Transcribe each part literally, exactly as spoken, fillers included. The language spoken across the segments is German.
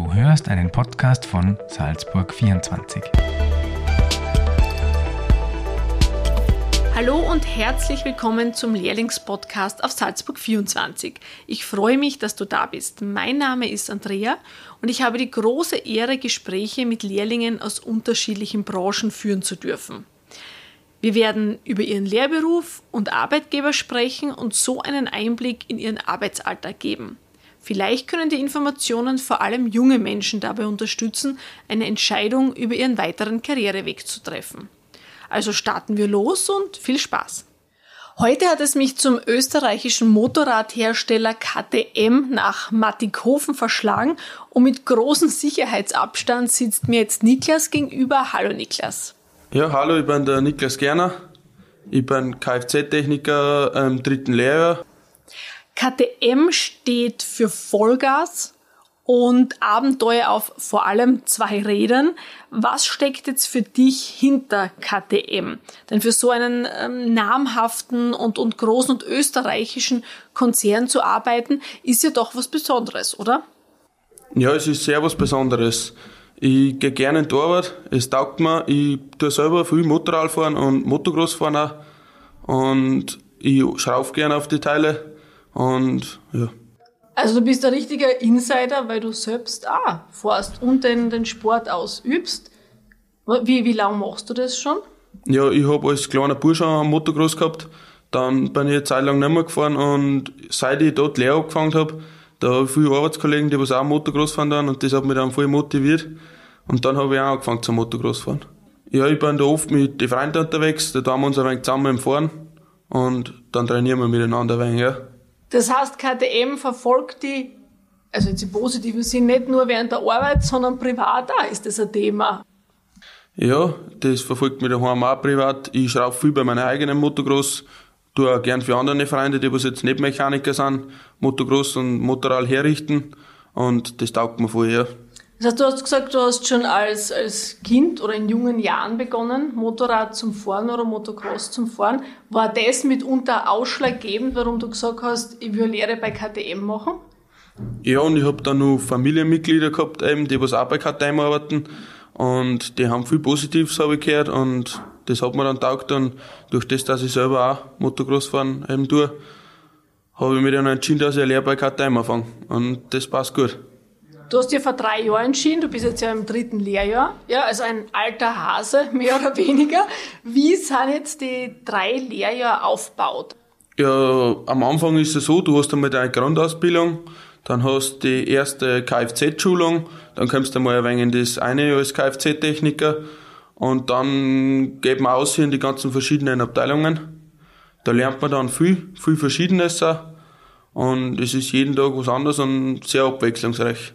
Du hörst einen Podcast von Salzburg vierundzwanzig. Hallo und herzlich willkommen zum Lehrlingspodcast auf Salzburg vierundzwanzig. Ich freue mich, dass du da bist. Mein Name ist Andrea und ich habe die große Ehre, Gespräche mit Lehrlingen aus unterschiedlichen Branchen führen zu dürfen. Wir werden über ihren Lehrberuf und Arbeitgeber sprechen und so einen Einblick in ihren Arbeitsalltag geben. Vielleicht können die Informationen vor allem junge Menschen dabei unterstützen, eine Entscheidung über ihren weiteren Karriereweg zu treffen. Also starten wir los und viel Spaß! Heute hat es mich zum österreichischen Motorradhersteller K T M nach Mattighofen verschlagen und mit großem Sicherheitsabstand sitzt mir jetzt Niklas gegenüber. Hallo Niklas. Ja, hallo, ich bin der Niklas Gerner. Ich bin Kfz-Techniker im dritten Lehrjahr. K T M steht für Vollgas und Abenteuer auf vor allem zwei Rädern. Was steckt jetzt für dich hinter K T M? Denn für so einen ähm, namhaften und, und großen und österreichischen Konzern zu arbeiten, ist ja doch was Besonderes, oder? Ja, es ist sehr was Besonderes. Ich gehe gerne in die Arbeit, es taugt mir. Ich tue selber viel Motorrad fahren und Motocross fahren auch. Und ich schraube gerne auf die Teile. Und ja. Also du bist ein richtiger Insider, weil du selbst auch fährst und den, den Sport ausübst. Wie, wie lange machst du das schon? Ja, ich habe als kleiner Bursch einen Motocross gehabt. Dann bin ich eine Zeit lang nicht mehr gefahren und seit ich dort Lehre angefangen habe, da habe ich viele Arbeitskollegen, die was auch Motocross fahren dann und das hat mich dann voll motiviert. Und dann habe ich auch angefangen zum Motocross fahren. Ja, ich bin da oft mit den Freunden unterwegs, da tun wir uns ein wenig zusammen im Fahren und dann trainieren wir miteinander ein wenig, ja. Das heißt, K T M verfolgt die, also jetzt im positiven Sinn, nicht nur während der Arbeit, sondern privat auch ist das ein Thema. Ja, das verfolgt mich daheim auch privat. Ich schraube viel bei meinen eigenen Motocross, tue auch gern für andere Freunde, die was jetzt nicht Mechaniker sind, Motocross und Motorrad herrichten und das taugt mir voll, ja. Das heißt, du hast gesagt, du hast schon als, als Kind oder in jungen Jahren begonnen, Motorrad zum Fahren oder Motocross zum Fahren. War das mitunter ausschlaggebend, warum du gesagt hast, ich will Lehre bei K T M machen? Ja, und ich habe dann noch Familienmitglieder gehabt, eben, die was auch bei K T M arbeiten und die haben viel Positives, habe ich gehört, und das hat mir dann taugt, und durch das, dass ich selber auch Motocross fahren eben tue, habe ich mich dann entschieden, dass ich eine Lehre bei K T M anfange, und das passt gut. Du hast dir vor drei Jahren entschieden, du bist jetzt ja im dritten Lehrjahr, ja, also ein alter Hase, mehr oder weniger. Wie sind jetzt die drei Lehrjahre aufgebaut? Ja, am Anfang ist es so, du hast einmal deine Grundausbildung, dann hast du die erste Kfz-Schulung, dann kommst du einmal ein wenig in das eine Jahr als Kfz-Techniker und dann geht man aus in die ganzen verschiedenen Abteilungen. Da lernt man dann viel, viel Verschiedenes auch, und es ist jeden Tag was anderes und sehr abwechslungsreich.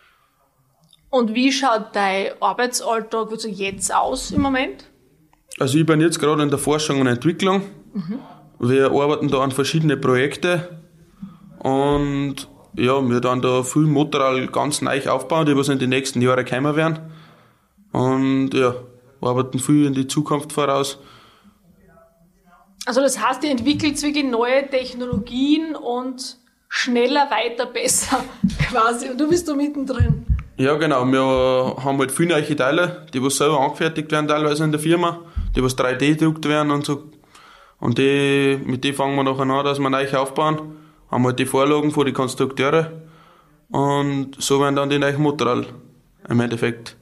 Und wie schaut dein Arbeitsalltag also jetzt aus im Moment? Also ich bin jetzt gerade in der Forschung und Entwicklung. Mhm. Wir arbeiten da an verschiedene Projekte und ja, wir dann da viel Motorrad ganz neu aufbauen, die was in den nächsten Jahren kommen werden. Und ja, arbeiten viel in die Zukunft voraus. Also das heißt, ihr entwickelt wirklich neue Technologien und schneller, weiter, besser quasi, und du bist da mittendrin. Ja, genau. Wir haben halt viele neue Teile, die was selber angefertigt werden, teilweise in der Firma, die was drei D gedruckt werden und so. Und die, mit denen fangen wir nachher an, dass wir neu aufbauen. Haben halt die Vorlagen von den Konstrukteuren. Und so werden dann die neuen Motorrad im Endeffekt.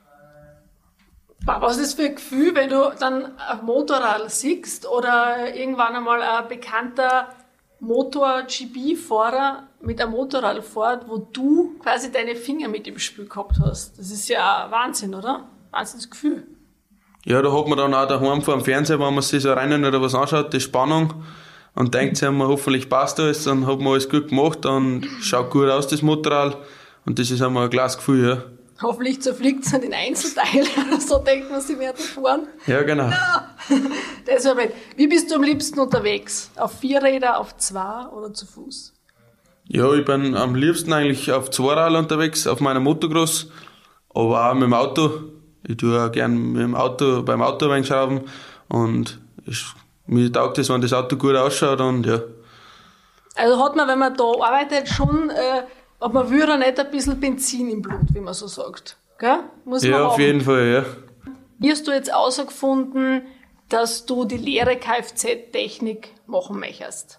Was ist das für ein Gefühl, wenn du dann ein Motorrad siehst oder irgendwann einmal ein bekannter Motor-G B-Fahrer mit einem Motorrad fährt, wo du quasi deine Finger mit im Spiel gehabt hast. Das ist ja Wahnsinn, oder? Wahnsinnsgefühl. Ja, da hat man dann auch daheim vor dem Fernseher, wenn man sich so rein oder was anschaut, die Spannung, und denkt sich immer, hoffentlich passt alles, dann hat man alles gut gemacht und schaut gut aus, das Motorrad, und das ist einmal ein klares Gefühl, ja. Hoffentlich zerfliegt es nicht in Einzelteile oder so, denkt man, sie werden fahren. Ja, genau. Ja. Das war blöd. Wie bist du am liebsten unterwegs? Auf Vierräder, auf zwei oder zu Fuß? Ja, ich bin am liebsten eigentlich auf Zweirad unterwegs, auf meiner Motocross, aber auch mit dem Auto. Ich tue auch gerne mit dem Auto, beim Auto ein wenig schrauben, und ich, mir taugt es, wenn das Auto gut ausschaut, und ja. Also hat man, wenn man da arbeitet, schon äh, Aber man will ja nicht ein bisschen Benzin im Blut, wie man so sagt. Gell? Muss man Ja, auf haben. jeden Fall, ja. Wie hast du jetzt herausgefunden, dass du die Lehre Kfz-Technik machen möchtest?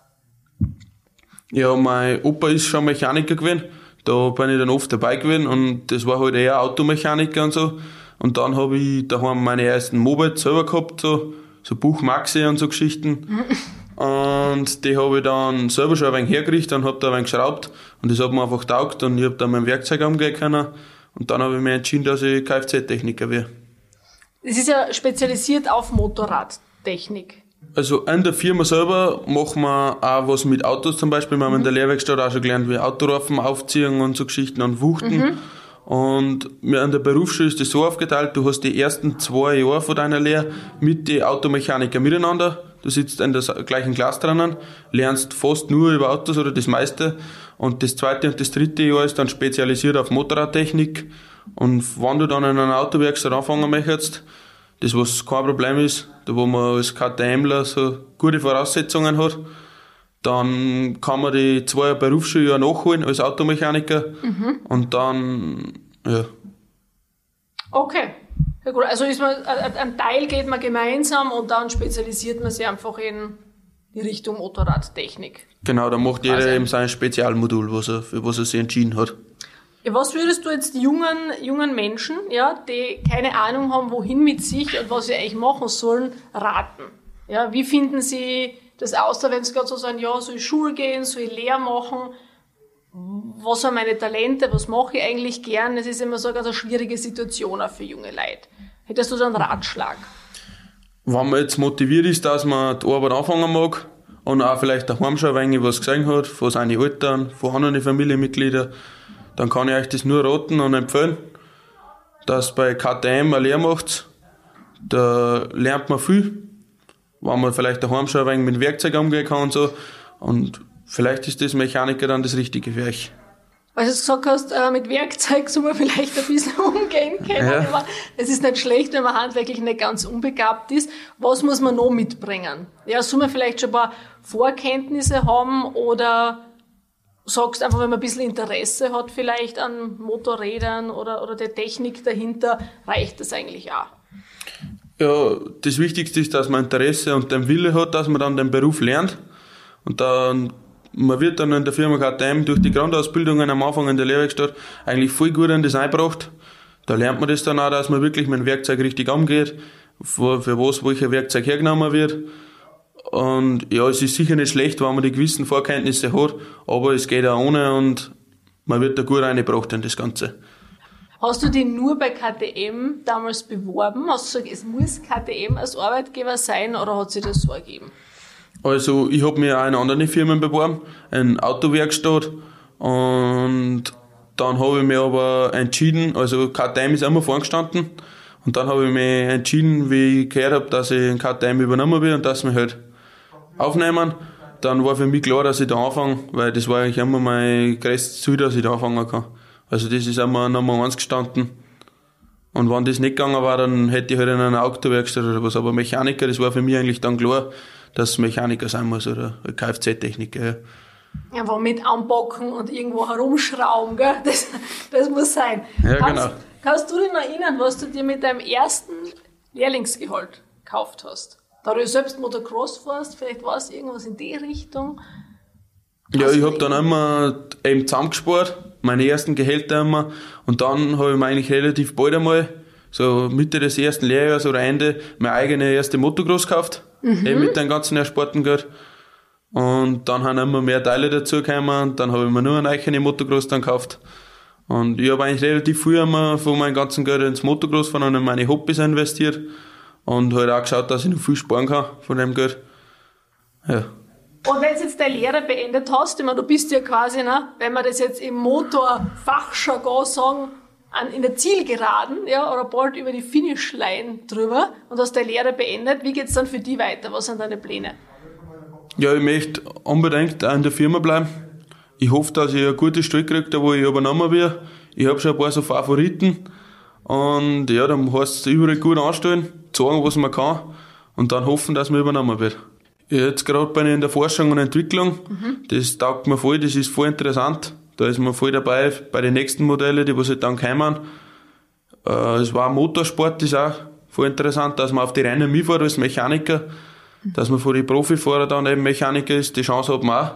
Ja, mein Opa ist schon Mechaniker gewesen. Da bin ich dann oft dabei gewesen und das war halt eher Automechaniker und so. Und dann habe ich daheim meine ersten Mopeds selber gehabt, so, so Buch Maxi und so Geschichten. Und die habe ich dann selber schon ein wenig hergerichtet und habe da ein wenig geschraubt. Und das hat mir einfach getaugt und ich habe dann mein Werkzeug umgehen können. Und dann habe ich mich entschieden, dass ich Kfz-Techniker werde. Es ist ja spezialisiert auf Motorradtechnik. Also in der Firma selber machen wir auch was mit Autos zum Beispiel. Wir haben in der Lehrwerkstatt auch schon gelernt, wie Autoreifen aufziehen und so Geschichten und wuchten. Mhm. Und wir an der Berufsschule ist das so aufgeteilt, du hast die ersten zwei Jahre von deiner Lehre mit den Automechaniker miteinander. Du sitzt in der gleichen Klasse drinnen, lernst fast nur über Autos oder das meiste. Und das zweite und das dritte Jahr ist dann spezialisiert auf Motorradtechnik. Und wenn du dann in einer Autowerkstatt anfangen möchtest, das was kein Problem ist, da wo man als KTMler so gute Voraussetzungen hat, dann kann man die zwei Berufsschuljahr nachholen als Automechaniker. Mhm. Und dann, ja. Okay. Ja gut, also ist man, ein Teil geht man gemeinsam und dann spezialisiert man sich einfach in die Richtung Motorradtechnik. Genau, da macht jeder also, eben sein Spezialmodul, was er, für was er sich entschieden hat. Ja, was würdest du jetzt jungen, jungen Menschen, ja, die keine Ahnung haben, wohin mit sich und was sie eigentlich machen sollen, raten? Ja, wie finden sie das aus, wenn sie gerade so sagen, ja, soll ich Schule gehen, soll ich Lehre machen? Was sind meine Talente, was mache ich eigentlich gern? Das ist immer so eine ganz schwierige Situation auch für junge Leute. Hättest du so einen Ratschlag? Wenn man jetzt motiviert ist, dass man die Arbeit anfangen mag und auch vielleicht daheim schon ein wenig was gesehen hat, von seinen Eltern, von anderen Familienmitgliedern, dann kann ich euch das nur raten und empfehlen, dass bei K T M eine Lehre macht. Da lernt man viel, wenn man vielleicht daheim schon ein wenig mit Werkzeug umgehen kann und so. Und vielleicht ist das Mechaniker dann das Richtige für euch. Weil du gesagt hast, äh, mit Werkzeug soll man vielleicht ein bisschen umgehen können. Ja. Es ist nicht schlecht, wenn man handwerklich nicht ganz unbegabt ist. Was muss man noch mitbringen? Ja, soll man vielleicht schon ein paar Vorkenntnisse haben oder sagst einfach, wenn man ein bisschen Interesse hat vielleicht an Motorrädern oder, oder der Technik dahinter, reicht das eigentlich auch? Ja, das Wichtigste ist, dass man Interesse und den Wille hat, dass man dann den Beruf lernt. Und dann, man wird dann in der Firma K T M durch die Grundausbildungen am Anfang in der Lehrwerkstatt eigentlich voll gut in das eingebracht. Da lernt man das dann auch, dass man wirklich mit dem Werkzeug richtig umgeht, für, für was welcher Werkzeug hergenommen wird. Und ja, es ist sicher nicht schlecht, wenn man die gewissen Vorkenntnisse hat, aber es geht auch ohne und man wird da gut reingebracht in das Ganze. Hast du dich nur bei K T M damals beworben? Hast du gesagt, es muss K T M als Arbeitgeber sein oder hat sich das so ergeben? Also ich habe mich auch in anderen Firmen beworben, in Autowerkstatt, und dann habe ich mich aber entschieden, also K T M ist immer vorgestanden, und dann habe ich mich entschieden, wie ich gehört habe, dass ich in K T M übernommen werde und dass sie mich halt aufnehmen. Dann war für mich klar, dass ich da anfange, weil das war eigentlich immer mein größtes Ziel, dass ich da anfangen kann. Also das ist immer Nummer eins gestanden. Und wenn das nicht gegangen war, dann hätte ich halt in einer Autowerkstatt oder was. Aber Mechaniker, das war für mich eigentlich dann klar, dass es Mechaniker sein muss oder Kfz-Techniker. Ja. Einfach mit anpacken und irgendwo herumschrauben, gell? Das, das muss sein. Ja, kannst, genau. Kannst du dich noch erinnern, was du dir mit deinem ersten Lehrlingsgehalt gekauft hast? Da du selbst Motocross fährst, vielleicht war es irgendwas in die Richtung? Ja, ich habe dann immer eben zusammengespart, meine ersten Gehälter immer, und dann habe ich mir eigentlich relativ bald einmal, so Mitte des ersten Lehrjahres oder Ende, meine eigene erste Motocross gekauft, mhm. eben mit dem ganzen ersparten Geld. Und dann haben immer mehr Teile dazugekommen, und dann habe ich mir nur eine eigene Motocross dann gekauft. Und ich habe eigentlich relativ früh immer von meinem ganzen Geld ins Motocross fahren und in meine Hobbys investiert und halt auch geschaut, dass ich noch viel sparen kann von dem Geld. Ja. Und wenn du jetzt deine Lehre beendet hast, ich meine, du bist ja quasi, ne, wenn wir das jetzt im Motorfachjargon sagen, an, in der Zielgeraden, ja, oder bald über die Finishline drüber und hast deine Lehre beendet, wie geht's dann für dich weiter? Was sind deine Pläne? Ja, ich möchte unbedingt auch in der Firma bleiben. Ich hoffe, dass ich eine gute Stelle kriege, da wo ich übernommen werde. Ich habe schon ein paar so Favoriten. Und ja, dann heißt es überall gut anstellen, sagen, was man kann, und dann hoffen, dass man übernommen wird. Jetzt gerade bin ich in der Forschung und Entwicklung. Mhm. Das taugt mir voll, das ist voll interessant. Da ist man voll dabei bei den nächsten Modellen, die was halt dann kommen. Äh, es war Motorsport, das ist auch voll interessant, dass man auf die Rennen mitfährt als Mechaniker, dass man vor die Profifahrern dann eben Mechaniker ist, die Chance hat man auch.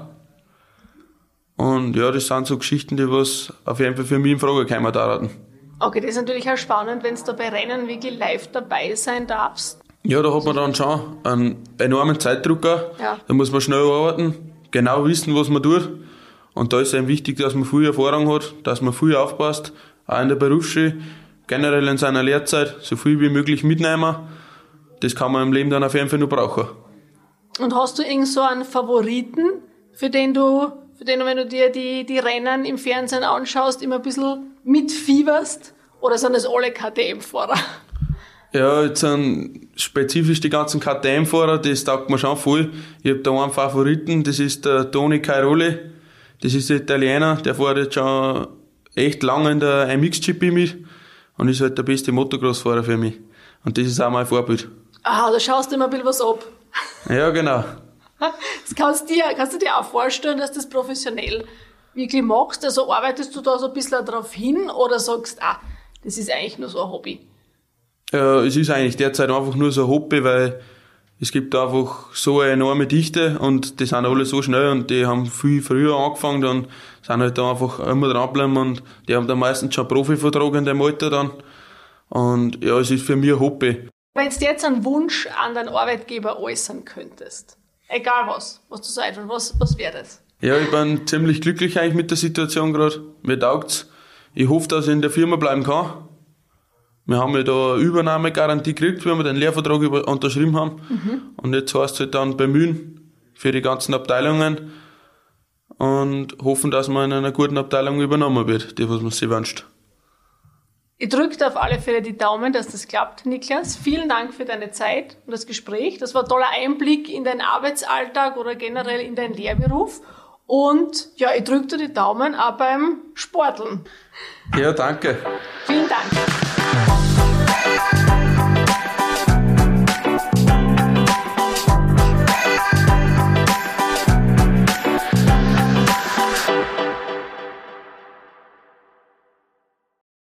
Und ja, das sind so Geschichten, die was auf jeden Fall für mich in Frage kommen dauerten. Okay, das ist natürlich auch spannend, wenn du da bei Rennen wirklich live dabei sein darfst. Ja, da hat man dann schon einen enormen Zeitdruck auch. Ja. Da muss man schnell arbeiten, genau wissen, was man tut. Und da ist es eben wichtig, dass man viel Erfahrung hat, dass man viel aufpasst, auch in der Berufsschule, generell in seiner Lehrzeit, so viel wie möglich mitnehmen. Das kann man im Leben dann auf jeden Fall noch brauchen. Und hast du irgend so einen Favoriten, für den du, für den du, wenn du dir die, die Rennen im Fernsehen anschaust, immer ein bisschen mitfieberst? Oder sind das alle K T M-Fahrer? Ja, jetzt sind spezifisch die ganzen K T M-Fahrer, das taugt mir schon voll. Ich habe da einen Favoriten, das ist der Toni Cairoli. Das ist der Italiener, der fährt jetzt schon echt lange in der M X G P mit und ist halt der beste Motocross-Fahrer für mich. Und das ist auch mein Vorbild. Ah, da schaust du immer ein bisschen was ab. Ja, genau. Das kannst, dir, kannst du dir auch vorstellen, dass du das professionell wirklich machst? Also arbeitest du da so ein bisschen darauf hin oder sagst, ah, das ist eigentlich nur so ein Hobby? Ja, es ist eigentlich derzeit einfach nur so ein Hobby, weil es gibt einfach so eine enorme Dichte und die sind alle so schnell und die haben viel früher angefangen und sind halt da einfach immer dranbleiben und die haben dann meistens schon Profivertrag in dem Alter dann. Und ja, es ist für mich ein Hobby. Wenn du jetzt einen Wunsch an deinen Arbeitgeber äußern könntest, egal was, was du so einfällt, was, was wäre das? Ja, ich bin ziemlich glücklich eigentlich mit der Situation gerade. Mir taugt's. Ich hoffe, dass ich in der Firma bleiben kann. Wir haben ja da eine Übernahmegarantie gekriegt, wenn wir den Lehrvertrag über, unterschrieben haben. Mhm. Und jetzt heißt es halt dann bemühen für die ganzen Abteilungen und hoffen, dass man in einer guten Abteilung übernommen wird, die was man sich wünscht. Ich drücke dir auf alle Fälle die Daumen, dass das klappt, Niklas. Vielen Dank für deine Zeit und das Gespräch. Das war ein toller Einblick in deinen Arbeitsalltag oder generell in deinen Lehrberuf. Und ja, ich drücke dir die Daumen auch beim Sporteln. Ja, danke. Vielen Dank.